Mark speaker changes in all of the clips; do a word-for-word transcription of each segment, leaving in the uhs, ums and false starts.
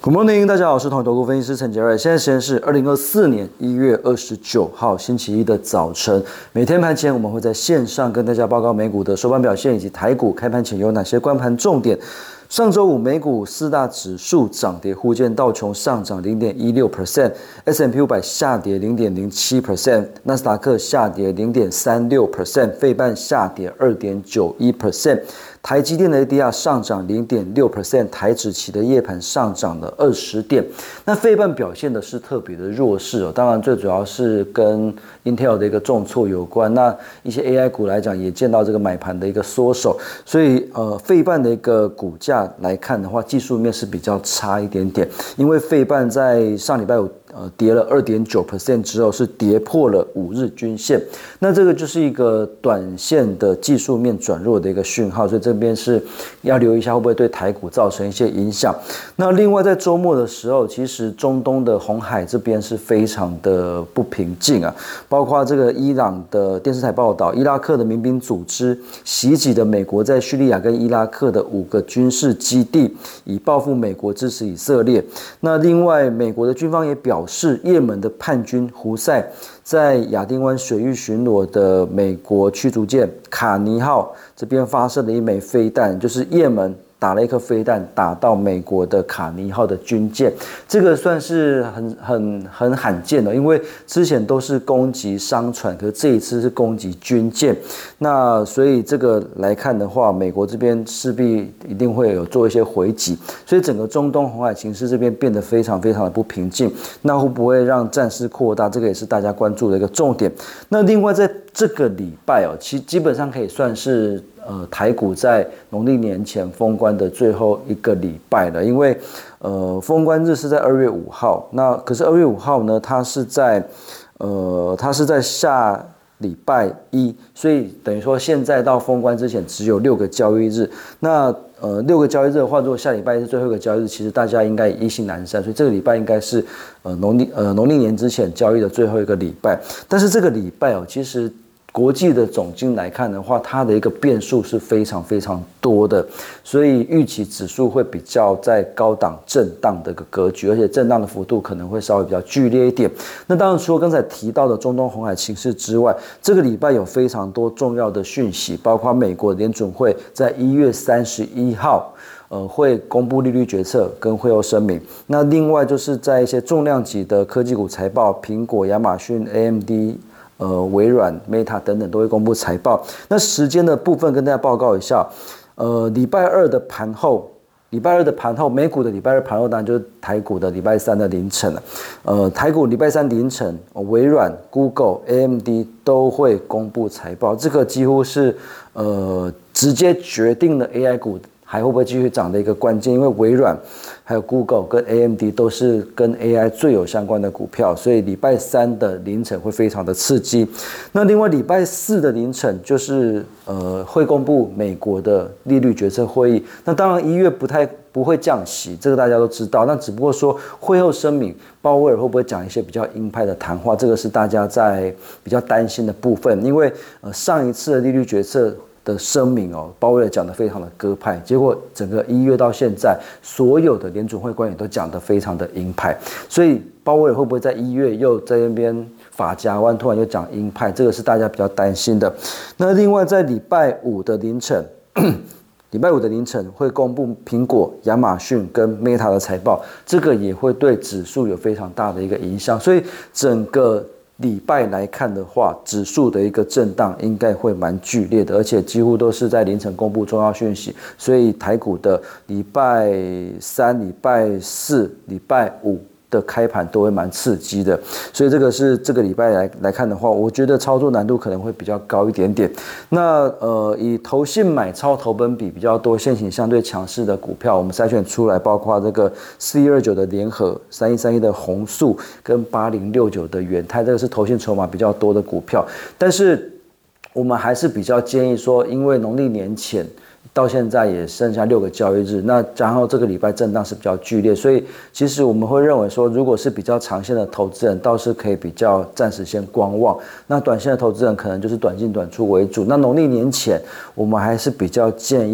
Speaker 1: Good morning， 大家好，我是统一投顾分析师陈杰瑞。现在时间是二零二四年一月二十九号星期一的早晨。每天盘前我们会在线上跟大家报告美股的收盘表现，以及台股开盘前有哪些观盘重点。上周五美股四大指数涨跌互见，道琼上涨 零点一六 percent，S and P 五百 下跌 零点零七 percent， 纳斯达克下跌 零点三六 percent， 费半下跌 二点九一 percent。台积电的 A D R 上涨 零点六 percent， 台指期的夜盘上涨了二十点。那费半表现的是特别的弱势哦，当然最主要是跟 Intel 的一个重挫有关。那一些 A I 股来讲也见到这个买盘的一个缩手，所以呃费半的一个股价来看的话，技术面是比较差一点点，因为费半在上礼拜五呃跌了 二点九 percent 之后，是跌破了五日均线。那这个就是一个短线的技术面转弱的一个讯号，所以这边是要留意一下会不会对台股造成一些影响。那另外在周末的时候，其实中东的红海这边是非常的不平静啊，包括这个伊朗的电视台报道，伊拉克的民兵组织袭击的美国在叙利亚跟伊拉克的五个军事基地，以报复美国支持以色列。那另外美国的军方也表示，也门的叛军胡塞在亚丁湾水域巡逻的美国驱逐舰卡尼号这边发射了一枚飞弹，就是也门打了一颗飞弹打到美国的卡尼号的军舰，这个算是很很很罕见的，因为之前都是攻击商船，可是这一次是攻击军舰。那所以这个来看的话，美国这边势必一定会有做一些回击，所以整个中东红海情势这边变得非常非常的不平静。那会不会让战事扩大？这个也是大家关注的一个重点。那另外在这个礼拜哦，其基本上可以算是呃台股在农历年前封关的最后一个礼拜了，因为呃封关日是在二月五号，那可是二月五号呢，它是在呃它是在下礼拜一，所以等于说现在到封关之前只有六个交易日。那呃六个交易日的话，如果下礼拜一是最后一个交易日，其实大家应该意兴阑珊，所以这个礼拜应该是呃农历呃农历年之前交易的最后一个礼拜。但是这个礼拜哦，其实国际的总经来看的话，它的一个变数是非常非常多的，所以预期指数会比较在高档震荡的一个格局，而且震荡的幅度可能会稍微比较剧烈一点。那当然除了刚才提到的中东红海情势之外，这个礼拜有非常多重要的讯息，包括美国联准会在一月三十一号呃，会公布利率决策跟会后声明。那另外就是在一些重量级的科技股财报，苹果、亚马逊、A M D。呃，微软、Meta 等等都会公布财报。那时间的部分跟大家报告一下，呃，礼拜二的盘后，礼拜二的盘后，美股的礼拜二盘后当然就是台股的礼拜三的凌晨了。呃，台股礼拜三凌晨，微软、Google、A M D 都会公布财报，这个几乎是呃直接决定了 A I 股还会不会继续涨的一个关键，因为微软、还有 Google 跟 A M D 都是跟 A I 最有相关的股票，所以礼拜三的凌晨会非常的刺激。那另外礼拜四的凌晨就是呃会公布美国的利率决策会议。那当然一月不太不会降息，这个大家都知道。那只不过说会后声明，鲍威尔会不会讲一些比较鹰派的谈话，这个是大家在比较担心的部分，因为呃上一次的利率决策的声明哦，鲍威尔讲得非常的鸽派，结果整个一月到现在，所有的联准会官员都讲得非常的鹰派，所以鲍威尔会不会在一月又在那边法夹弯，突然又讲鹰派，这个是大家比较担心的。那另外在礼拜五的凌晨，礼拜五的凌晨会公布苹果、亚马逊跟 Meta 的财报，这个也会对指数有非常大的一个影响，所以整个礼拜来看的话，指数的一个震荡应该会蛮剧烈的，而且几乎都是在凌晨公布重要讯息，所以台股的礼拜三、礼拜四、礼拜五的开盘都会蛮刺激的，所以这个是这个礼拜来来看的话，我觉得操作难度可能会比较高一点点。那呃，以投信买超投本比比较多、现行相对强势的股票，我们筛选出来，包括这个四一二九的联合、三一三一的弘塑跟八零六九的元泰，这个是投信筹码比较多的股票。但是我们还是比较建议说，因为农历年前到现在也剩下六个交易日，那然后这个礼拜震荡是比较剧烈，所以其实我们会认为说，如果是比较长线的投资人，倒是可以比较暂时先观望。那短线的投资人可能就是短进短出为主。那农历年前，我们还是比较建议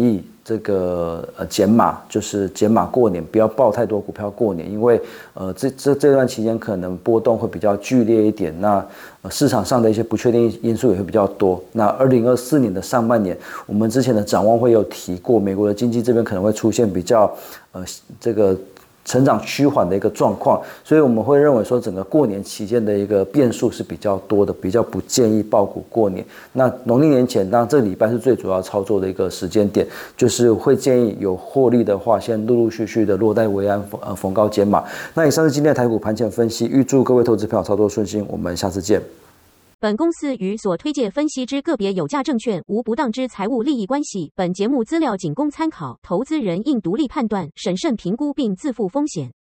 Speaker 1: 这个呃减码，就是减码过年，不要抱太多股票过年，因为呃这这这段期间可能波动会比较剧烈一点，那、呃、市场上的一些不确定因素也会比较多。那二零二四年的上半年，我们之前的展望会有提过，美国的经济这边可能会出现比较呃这个。成长趋缓的一个状况，所以我们会认为说整个过年期间的一个变数是比较多的，比较不建议抱股过年。那农历年前，当然这个礼拜是最主要操作的一个时间点，就是会建议有获利的话，先陆陆续续的落袋为安，呃逢高减码。那以上是今天的台股盘前分析，预祝各位投资朋友操作顺心，我们下次见。
Speaker 2: 本公司与所推介分析之个别有价证券无不当之财务利益关系。本节目资料仅供参考，投资人应独立判断、审慎评估并自负风险。